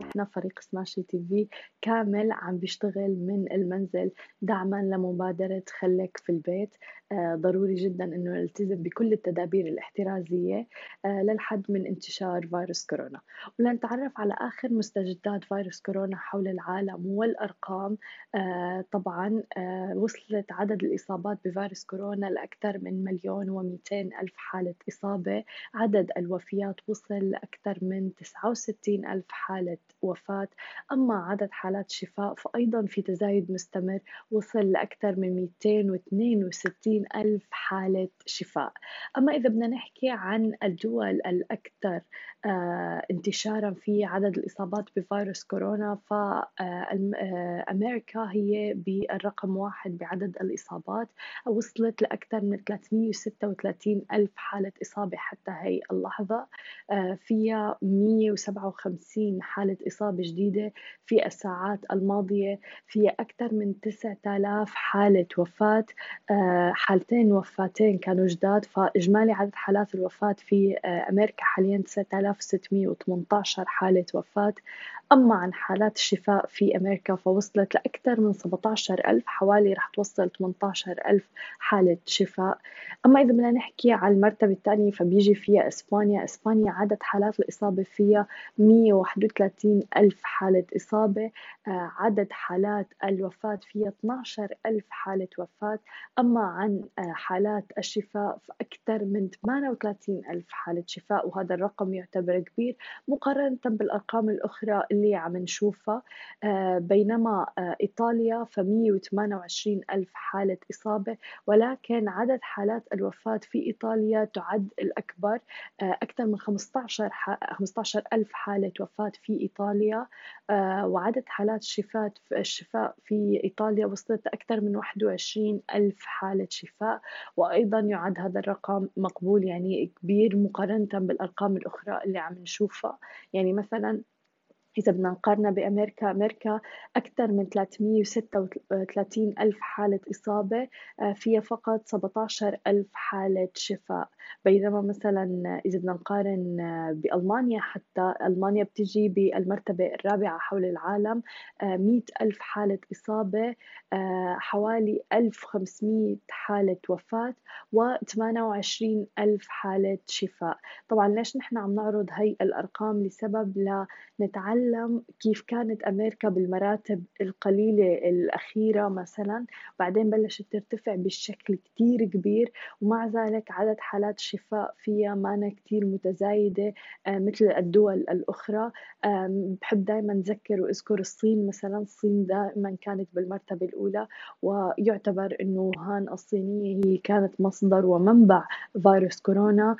إحنا فريق سماشي تي في كامل عم بيشتغل من المنزل دعما لمبادرة خليك في البيت. ضروري جدا إنه نلتزم بكل التدابير الاحترازية للحد من انتشار فيروس كورونا، ولنتعرف على آخر مستجدات فيروس كورونا حول العالم والأرقام. طبعا وصلت عدد الإصابات بفيروس كورونا لأكثر من 1,200,000 حالة إصابة. عدد الوفيات وصل لأكثر من 69,000 حالة وفاة. أما عدد حالات الشفاء فأيضا في تزايد مستمر، وصل لأكثر من 262 ألف حالة شفاء. أما إذا بدنا نحكي عن الدول الأكثر انتشارا في عدد الإصابات بفيروس كورونا، فأمريكا هي بالرقم واحد بعدد الإصابات، وصلت لأكثر من 336 ألف حالة إصابة حتى هي اللحظة. فيها 157 حالة إصابة جديدة في الساعات الماضية، فيها أكثر من 9000 حالة وفاة. حالتين وفاتين كانوا جداد، فإجمالي عدد حالات الوفاة في أمريكا حاليا 9618 حالة وفاة. أما عن حالات الشفاء في أمريكا فوصلت لأكثر من 17 ألف، حوالي رح توصل 18 ألف حالة شفاء. أما إذا بدنا نحكي على المرتبة الثانية فبيجي فيها إسبانيا. إسبانيا عدد حالات الإصابة فيها 131 ألف حالة إصابة. عدد حالات الوفاة فيها 12 ألف حالة وفاة. أما عن حالات الشفاء فأكثر من 38 ألف حالة شفاء، وهذا الرقم يعتبر كبير مقارنة بالأرقام الأخرى اللي عم نشوفها. بينما إيطاليا ف128 ألف حالة إصابة، ولكن عدد حالات الوفاة في إيطاليا تعد الأكبر. أكثر من 15 ألف حالة وفاة في إيطاليا. وعدد حالات الشفاء في إيطاليا وصلت أكثر من 21 ألف حالة شفاء، وأيضا يعد هذا الرقم مقبول، يعني كبير مقارنة بالأرقام الأخرى اللي عم نشوفها. يعني مثلا إذا بدنا نقارنها بأمريكا، أمريكا أكثر من 336 ألف حالة إصابة، فيها فقط 17 ألف حالة شفاء. بينما مثلا إذا بدنا نقارن بألمانيا، حتى ألمانيا بتجي بالمرتبة الرابعة حول العالم، 100 ألف حالة إصابة، حوالي 1500 حالة وفاة، و28 ألف حالة شفاء. طبعا ليش نحن عم نعرض هاي الأرقام؟ لسبب نتعلم كيف كانت أمريكا بالمراتب القليلة الأخيرة مثلا، بعدين بلشت ترتفع بشكل كتير كبير، ومع ذلك عدد حالات الشفاء فيها ما كتير متزايدة مثل الدول الأخرى. بحب دائما أذكر وأذكر الصين مثلا. الصين دائما كانت بالمرتبة الأولى، ويعتبر أنه ووهان الصينية هي كانت مصدر ومنبع فيروس كورونا.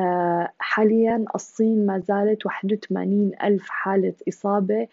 حاليا الصين ما زالت 81 ألف حالة إصابة،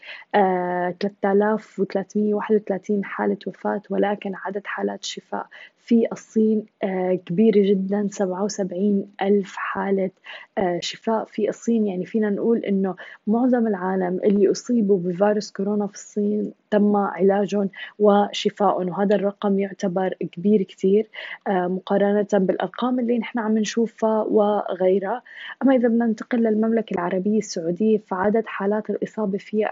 3331 حالة وفاة، ولكن عدد حالات الشفاء في الصين كبيرة جدا، 77 ألف حالة شفاء في الصين. يعني فينا نقول إنه معظم العالم اللي أصيبوا بفيروس كورونا في الصين تم علاجهم وشفائهم، وهذا الرقم يعتبر كبير كتير مقارنة بالأرقام اللي نحن عم نشوفها وغيرها. أما إذا بدنا ننتقل للمملكة العربية السعودية فعدد حالات الإصابة فيها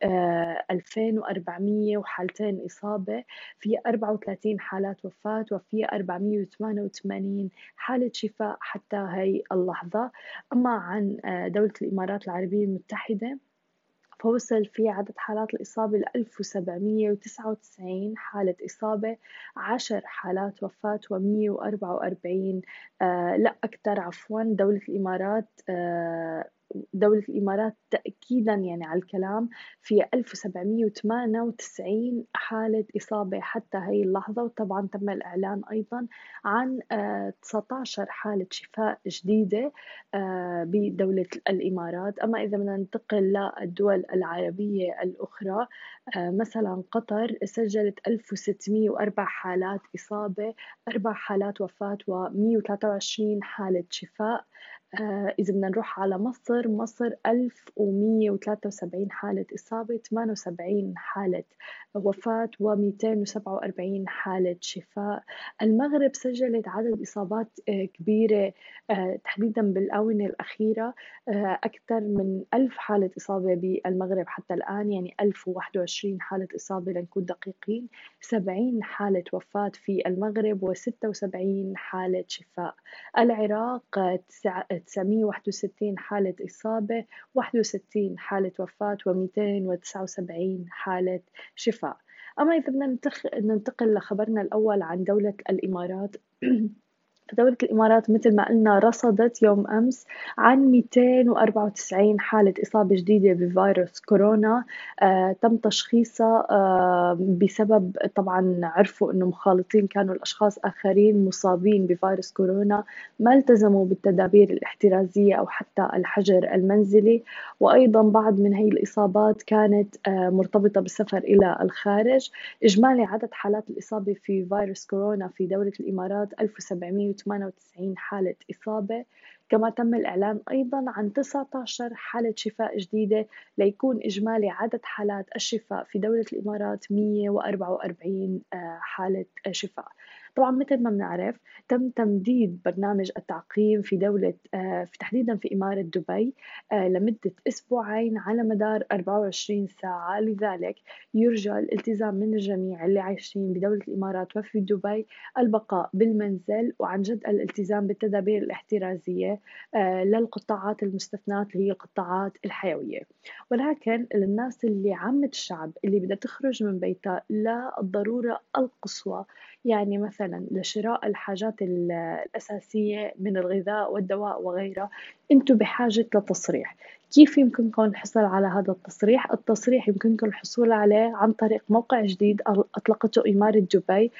2400 وحالتين إصابة، فيها 34 حالات وفاة، وفيها 488 حالة شفاء حتى هي اللحظة. أما عن دولة الإمارات العربية المتحدة فوصل في عدد حالات الإصابة ل 1799 حالة إصابة، 10 حالات وفاة، و144 لا أكثر عفوا. دولة الإمارات تأكيدا يعني على الكلام في 1798 حالة إصابة حتى هي اللحظة. وطبعا تم الإعلان أيضا عن 19 حالة شفاء جديدة بدولة الإمارات. أما إذا بدنا ننتقل للدول العربية الأخرى، مثلا قطر سجلت 1604 حالات إصابة، 4 حالات وفاة، و123 حالة شفاء. إذا بدنا نروح على مصر، مصر 1173 حالة إصابة، 78 حالة وفاة، و247 حالة شفاء. المغرب سجلت عدد إصابات كبيرة تحديدًا بالآونة الأخيرة، أكثر من 1000 حالة إصابة بالمغرب حتى الآن، يعني 1021 حالة إصابة لنكون دقيقين، 70 حالة وفاة في المغرب، و76 حالة شفاء. العراق 961 حالة إصابة، 61 حالة وفاة، و279 حالة شفاء. أما إذا بدنا ننتقل لخبرنا الأول عن دولة الإمارات. فدولة الإمارات مثل ما قلنا رصدت يوم أمس عن 294 حالة إصابة جديدة بفيروس كورونا. تم تشخيصها بسبب طبعا عرفوا أنه مخالطين كانوا الأشخاص آخرين مصابين بفيروس كورونا ما التزموا بالتدابير الاحترازية أو حتى الحجر المنزلي. وأيضا بعض من هي الإصابات كانت مرتبطة بالسفر إلى الخارج. إجمالي عدد حالات الإصابة في فيروس كورونا في دولة الإمارات 1798 حالة إصابة. كما تم الإعلان أيضا عن 19 حالة شفاء جديدة ليكون إجمالي عدد حالات الشفاء في دولة الإمارات 144 حالة شفاء. طبعا مثل ما بنعرف تم تمديد برنامج التعقيم في دولة في تحديدا في إمارة دبي لمدة أسبوعين على مدار 24 ساعة. لذلك يرجى الالتزام من الجميع اللي عايشين بدولة الإمارات وفي دبي البقاء بالمنزل، وعن جد الالتزام بالتدابير الاحترازية للقطاعات المستثناة اللي هي القطاعات الحيوية. ولكن للناس اللي عامة الشعب اللي بدها تخرج من بيتها للضرورة القصوى، يعني مثلا لشراء الحاجات الأساسية من الغذاء والدواء وغيرها، انتم بحاجة لتصريح. كيف يمكنكم الحصول على هذا التصريح؟ التصريح يمكنكم الحصول عليه عن طريق موقع جديد أطلقته إمارة دبي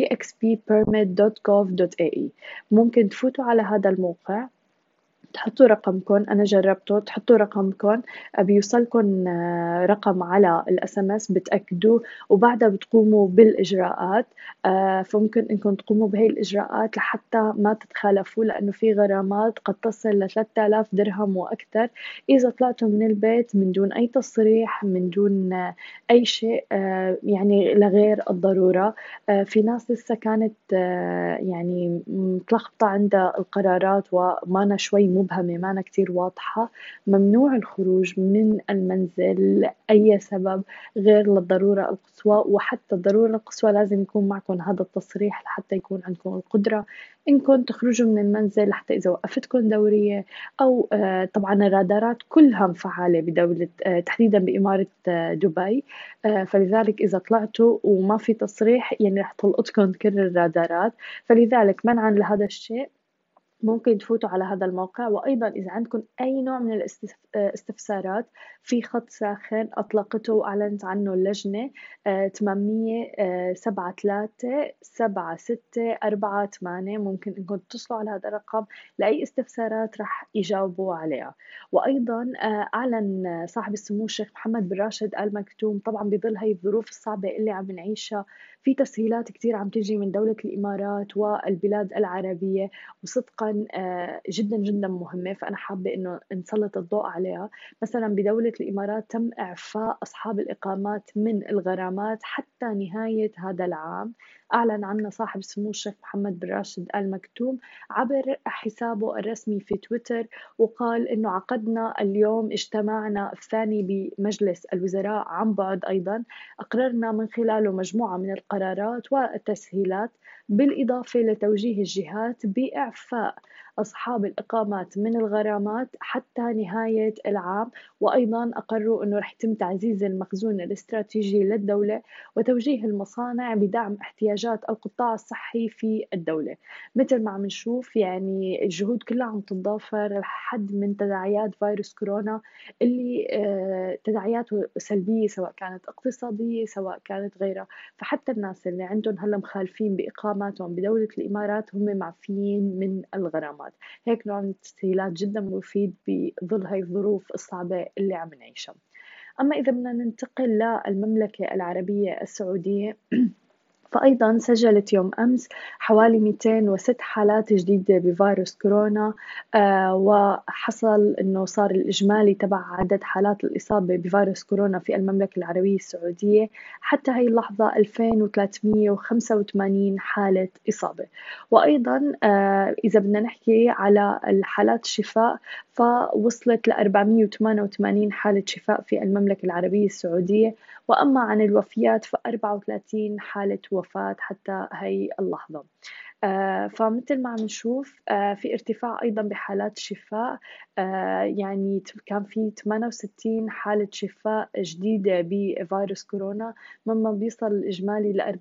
dxppermit.gov.ae. ممكن تفوتوا على هذا الموقع، تحطوا رقمكم، أنا جربته، تحطوا رقمكم بيوصلكم رقم على الاس ام اس بتأكدوه، وبعدها بتقوموا بالإجراءات. فممكن إنكم تقوموا بهي الإجراءات لحتى ما تتخالفوا، لأنه في غرامات قد تصل ل 3000 درهم وأكثر إذا طلعتوا من البيت من دون أي تصريح، من دون أي شيء يعني لغير الضرورة. في ناس لسه كانت يعني متلخبطة عندها القرارات ومانا شوي مبهمة، مانا كتير واضحة. ممنوع الخروج من المنزل لأي سبب غير للضرورة القصوى، وحتى الضرورة القصوى لازم يكون معكم هذا التصريح لحتى يكون عندكم القدرة إنكم تخرجوا من المنزل، لحتى إذا وقفتكم دورية أو طبعا الرادارات كلها مفعلة بدولة تحديدا بإمارة دبي. فلذلك إذا طلعتوا وما في تصريح يعني رح تلقطكم كل الرادارات. فلذلك منعا لهذا الشيء ممكن تفوتوا على هذا الموقع. وأيضا إذا عندكم أي نوع من الاستفسارات في خط ساخن أطلقته وأعلنت عنه اللجنة 800 73 76 48، ممكن إنكم تتصلوا على هذا الرقم لأي استفسارات رح يجاوبوا عليها. وأيضا أعلن صاحب السمو الشيخ محمد بن راشد آل مكتوم، طبعا بظل هاي الظروف الصعبة اللي عم نعيشها في تسهيلات كتير عم تجي من دولة الإمارات والبلاد العربية، وصدقا جدا جدا مهمة، فأنا حابة إنه نسلط الضوء عليها. مثلا بدولة الإمارات تم إعفاء أصحاب الإقامات من الغرامات حتى نهاية هذا العام. أعلن عنه صاحب السمو الشيخ محمد بن راشد آل مكتوم عبر حسابه الرسمي في تويتر، وقال إنه عقدنا اليوم اجتماعنا الثاني بمجلس الوزراء عن بعد، أيضا أقررنا من خلاله مجموعة من القرارات والتسهيلات، بالإضافة لتوجيه الجهات بإعفاء أصحاب الإقامات من الغرامات حتى نهاية العام. وأيضا أقروا أنه رح يتم تعزيز المخزون الاستراتيجي للدولة وتوجيه المصانع بدعم احتياجات القطاع الصحي في الدولة. مثل ما عم نشوف يعني الجهود كلها عم تتضافر لحد من تداعيات فيروس كورونا اللي تداعياته سلبية، سواء كانت اقتصادية سواء كانت غيرها. فحتى الناس اللي عندهم هلا مخالفين بإقاماتهم بدولة الإمارات هم معفيين من الغرامات. هيك نوع من التسهيلات جدا مفيد بظل هاي الظروف الصعبة اللي عم نعيشها. أما إذا بدنا ننتقل للمملكة العربية السعودية، فأيضا سجلت يوم أمس حوالي 206 حالات جديدة بفيروس كورونا. وحصل أنه صار الإجمالي تبع عدد حالات الإصابة بفيروس كورونا في المملكة العربية السعودية حتى هي اللحظة 2385 حالة إصابة. وأيضا إذا بدنا نحكي على الحالات الشفاء فوصلت ل 488 حالة شفاء في المملكة العربية السعودية. وأما عن الوفيات ف 34 حالة وفاة حتى هي اللحظة. فمثل ما عم نشوف في ارتفاع أيضا بحالات الشفاء. يعني كان في 68 حالة شفاء جديدة بفيروس كورونا، مما بيصل الإجمالي ل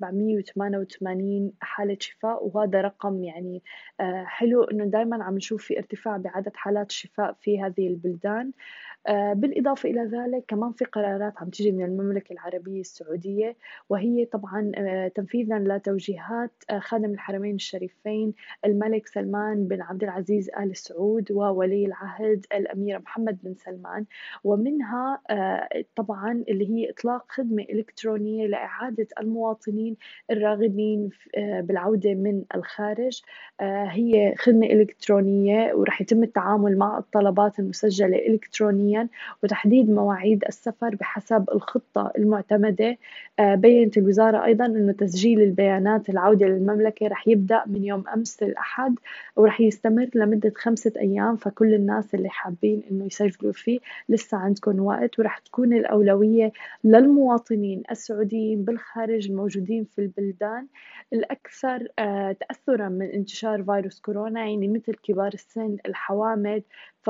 488 حالة شفاء. وهذا رقم يعني حلو إنه دائما عم نشوف في ارتفاع بعدد حالات الشفاء في هذه البلدان. بالإضافة إلى ذلك كمان في قرارات عم تيجي من المملكة العربية السعودية، وهي طبعا تنفيذا لتوجيهات خادم الحرمين الشريفين الملك سلمان بن عبد العزيز آل سعود وولي العهد الأمير محمد بن سلمان. ومنها طبعا اللي هي إطلاق خدمة إلكترونية لإعادة المواطنين الراغبين بالعودة من الخارج. هي خدمة إلكترونية ورح يتم التعامل مع الطلبات المسجلة إلكترونيا وتحديد مواعيد السفر بحسب الخطة المعتمدة. بيّنت الوزارة أيضا أنه تسجيل البيانات العودة للمملكة رح يبدأ من يوم أمس الأحد ورح يستمر لمدة 5 أيام. فكل الناس اللي حابين أنه يسجلوا فيه لسه عندكم وقت، ورح تكون الأولوية للمواطنين السعوديين بالخارج الموجودين في البلدان الأكثر تأثرا من انتشار فيروس كورونا، يعني مثل كبار السن، الحوامل.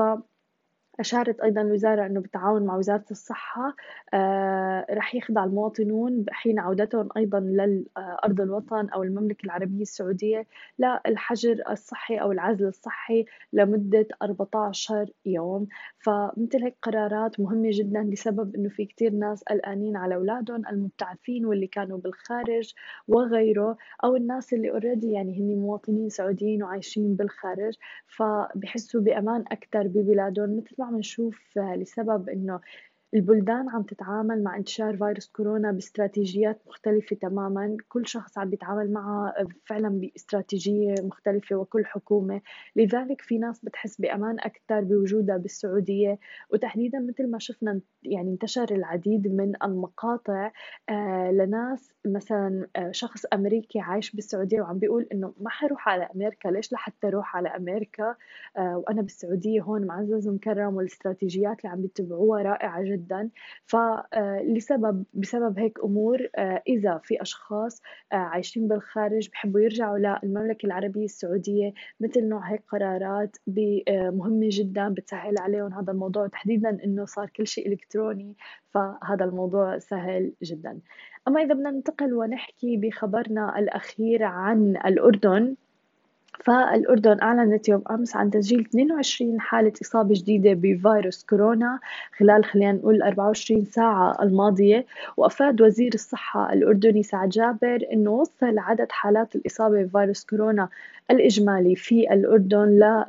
أشارت أيضا الوزارة أنه بالتعاون مع وزارة الصحة رح يخضع المواطنون حين عودتهم أيضا لأرض الوطن أو المملكة العربية السعودية للحجر الصحي أو العزل الصحي لمدة 14 يوم. فمثل هيك قرارات مهمة جدا بسبب أنه في كتير ناس قلقانين على أولادهم المبتعثين واللي كانوا بالخارج وغيره، أو الناس اللي اوريدي يعني هن مواطنين سعوديين وعايشين بالخارج فبحسوا بأمان أكتر ببلادهم. مثل ما عم نشوف لسبب إنه البلدان عم تتعامل مع انتشار فيروس كورونا باستراتيجيات مختلفة تماما، كل شخص عم بيتعامل معها فعلا باستراتيجية مختلفة وكل حكومة. لذلك في ناس بتحس بأمان أكثر بوجودها بالسعودية، وتحديدا مثل ما شفنا يعني انتشر العديد من المقاطع لناس مثلا شخص أمريكي عايش بالسعودية وعم بيقول إنه ما حروح على أمريكا، ليش لحتى أروح على أمريكا وأنا بالسعودية هون معزز ومكرم، والاستراتيجيات اللي عم بيتبعوها رائعة جدا. بسبب هيك أمور إذا في أشخاص عايشين بالخارج بحبوا يرجعوا للمملكة العربية السعودية، مثل نوع هيك قرارات مهمة جدا بتسهل عليهم هذا الموضوع، تحديدا إنه صار كل شيء إلكتروني فهذا الموضوع سهل جدا. أما إذا بدنا ننتقل ونحكي بخبرنا الأخير عن الأردن، فالأردن أعلنت يوم أمس عن تسجيل 22 حالة إصابة جديدة بفيروس كورونا خلال خلينا نقول 24 ساعة الماضية. وأفاد وزير الصحة الأردني سعد جابر أنه وصل عدد حالات الإصابة بفيروس كورونا الإجمالي في الأردن ل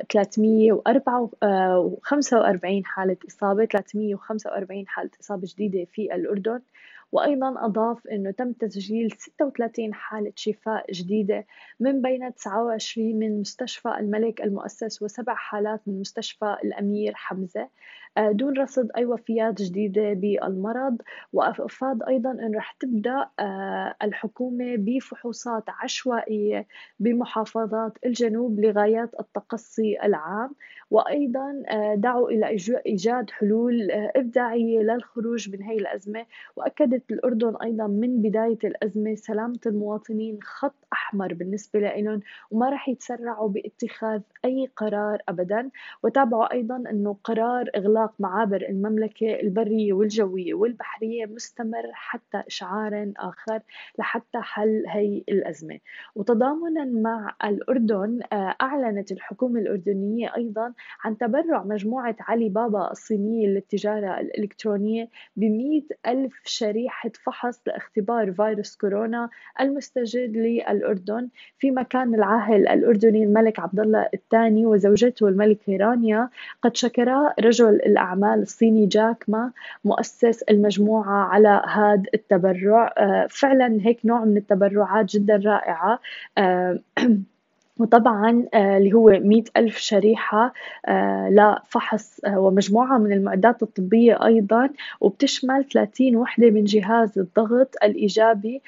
345 حالة إصابة، 345 حالة إصابة جديدة في الأردن. وأيضا أضاف أنه تم تسجيل 36 حالة شفاء جديدة، من بين 29 من مستشفى الملك المؤسس و7 حالات من مستشفى الأمير حمزة، دون رصد أي وفيات جديدة بالمرض. وأفاد أيضا أن رح تبدأ الحكومة بفحوصات عشوائية بمحافظات الجنوب لغايات التقصي العام. وأيضا دعوا إلى إيجاد حلول إبداعية للخروج من هذه الأزمة. وأكدت الأردن أيضا من بداية الأزمة سلامة المواطنين خط أحمر بالنسبة لهم، وما رح يتسرعوا باتخاذ أي قرار أبدا. وتابعوا أيضا أنه قرار إغلاق معابر المملكة البرية والجوية والبحرية مستمر حتى إشعار آخر لحتى حل هي الأزمة. وتضامنا مع الأردن أعلنت الحكومة الأردنية أيضا عن تبرع مجموعة علي بابا الصينية للتجارة الإلكترونية ب100 ألف شريحة فحص لاختبار فيروس كورونا المستجد للأردن، فيما كان العاهل الأردني الملك عبد الله الثاني وزوجته الملكة رانيا قد شكرا رجل الأعمال الصيني جاك ما مؤسس المجموعة على هذا التبرع. فعلا هيك نوع من التبرعات جدا رائعة. آه، وطبعا اللي هو 100,000 شريحة لفحص ومجموعة من المعدات الطبية أيضا، وبتشمل 30 وحدة من جهاز الضغط الإيجابي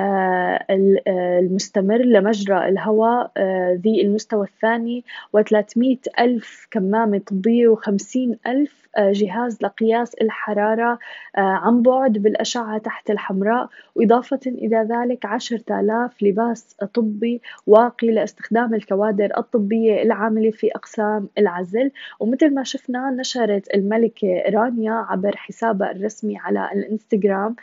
المستمر لمجرى الهواء ذي المستوى الثاني، و300 ألف كمامة طبية، و50 ألف جهاز لقياس الحرارة عن بعد بالأشعة تحت الحمراء، وإضافة إلى ذلك 10,000 لباس طبي واقي لاستخدام الكوادر الطبية العاملة في أقسام العزل. ومثل ما شفنا نشرت الملكة رانيا عبر حسابها الرسمي على الانستغرام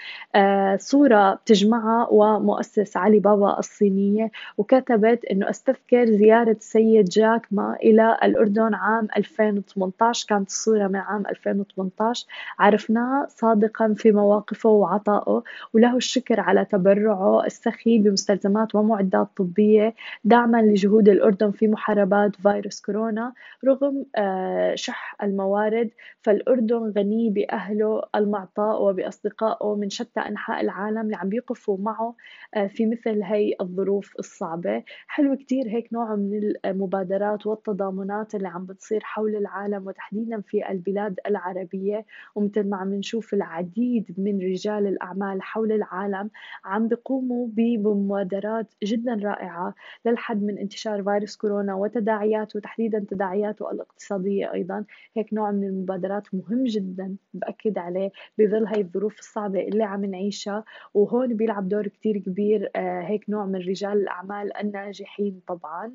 صورة بتجمعها ومؤسس علي بابا الصينية، وكتبت إنه أستذكر زيارة السيد جاك ما إلى الأردن عام 2018. كانت الصورة من عام 2018. عرفناه صادقا في مواقفه وعطائه، وله الشكر على تبرعه السخي بمستلزمات ومعدات طبية دعما لجهود الأردن في محاربة فيروس كورونا. رغم شح الموارد، فالأردن غني بأهله المعطاء وبأصدقائه من شتى أنحاء العالم اللي عم بيقفوا معه في مثل هاي الظروف الصعبة. حلو كتير هيك نوع من المبادرات والتضامنات اللي عم بتصير حول العالم، وتحديدا في البلاد العربية. ومثل ما عم نشوف العديد من رجال الأعمال حول العالم عم بيقوموا بمبادرات جدا رائعة للحد من انتشار فيروس كورونا وتداعياته، تحديدا تداعياته الاقتصادية أيضا. هيك نوع من المبادرات مهم جدا بأكد عليه بظل هاي الظروف الصعبة اللي عم نعيشها. وهون بيلعب دور كتير كبير هيك نوع من رجال الأعمال الناجحين طبعا.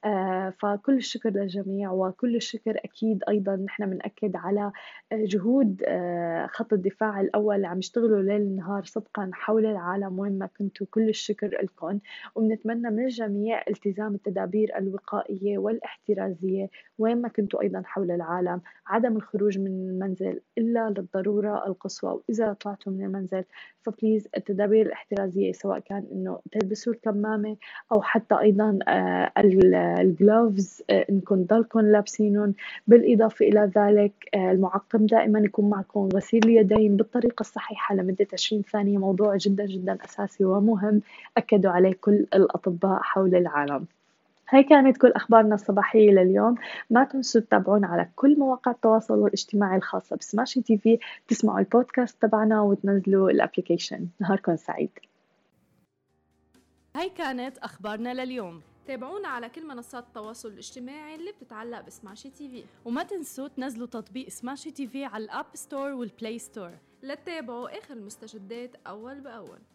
فكل الشكر للجميع، وكل الشكر أكيد أيضا نحن بنأكد على جهود خط الدفاع الأول اللي عم يشتغلوا ليل نهار صدقا حول العالم وين ما كنتوا. كل الشكر لكم، وبنتمنى من الجميع التزام التدابير الوقائية والاحترازية وين ما كنتوا أيضا حول العالم. عدم الخروج من المنزل إلا للضرورة القصوى، وإذا طلعتوا من المنزل فبليز التدابير الاحترازية، سواء كان إنه تلبسوا الكمامة أو حتى أيضا الجلوفز إنكم ضلكم لابسينهم. بالإضافة إلى ذلك المعقم دائما يكون معكم، غسيل اليدين بالطريقة الصحيحة لمدة 20 ثانية، موضوع جدا جدا أساسي ومهم أكدوا عليه كل الأطباء حول العالم. هاي كانت كل أخبارنا الصباحية لليوم. ما تنسوا تتابعونا على كل مواقع التواصل الاجتماعي الخاصة بسماشي تي في، تسمعوا البودكاست تبعنا وتنزلوا الابليكيشن. نهاركم سعيد. هاي كانت أخبارنا لليوم. تابعونا على كل منصات التواصل الاجتماعي اللي بتتعلق بسماشي تي في، وما تنسوا تنزلوا تطبيق سماشي تي في على الأب ستور والبلاي ستور لتتابعوا آخر المستجدات أول بأول.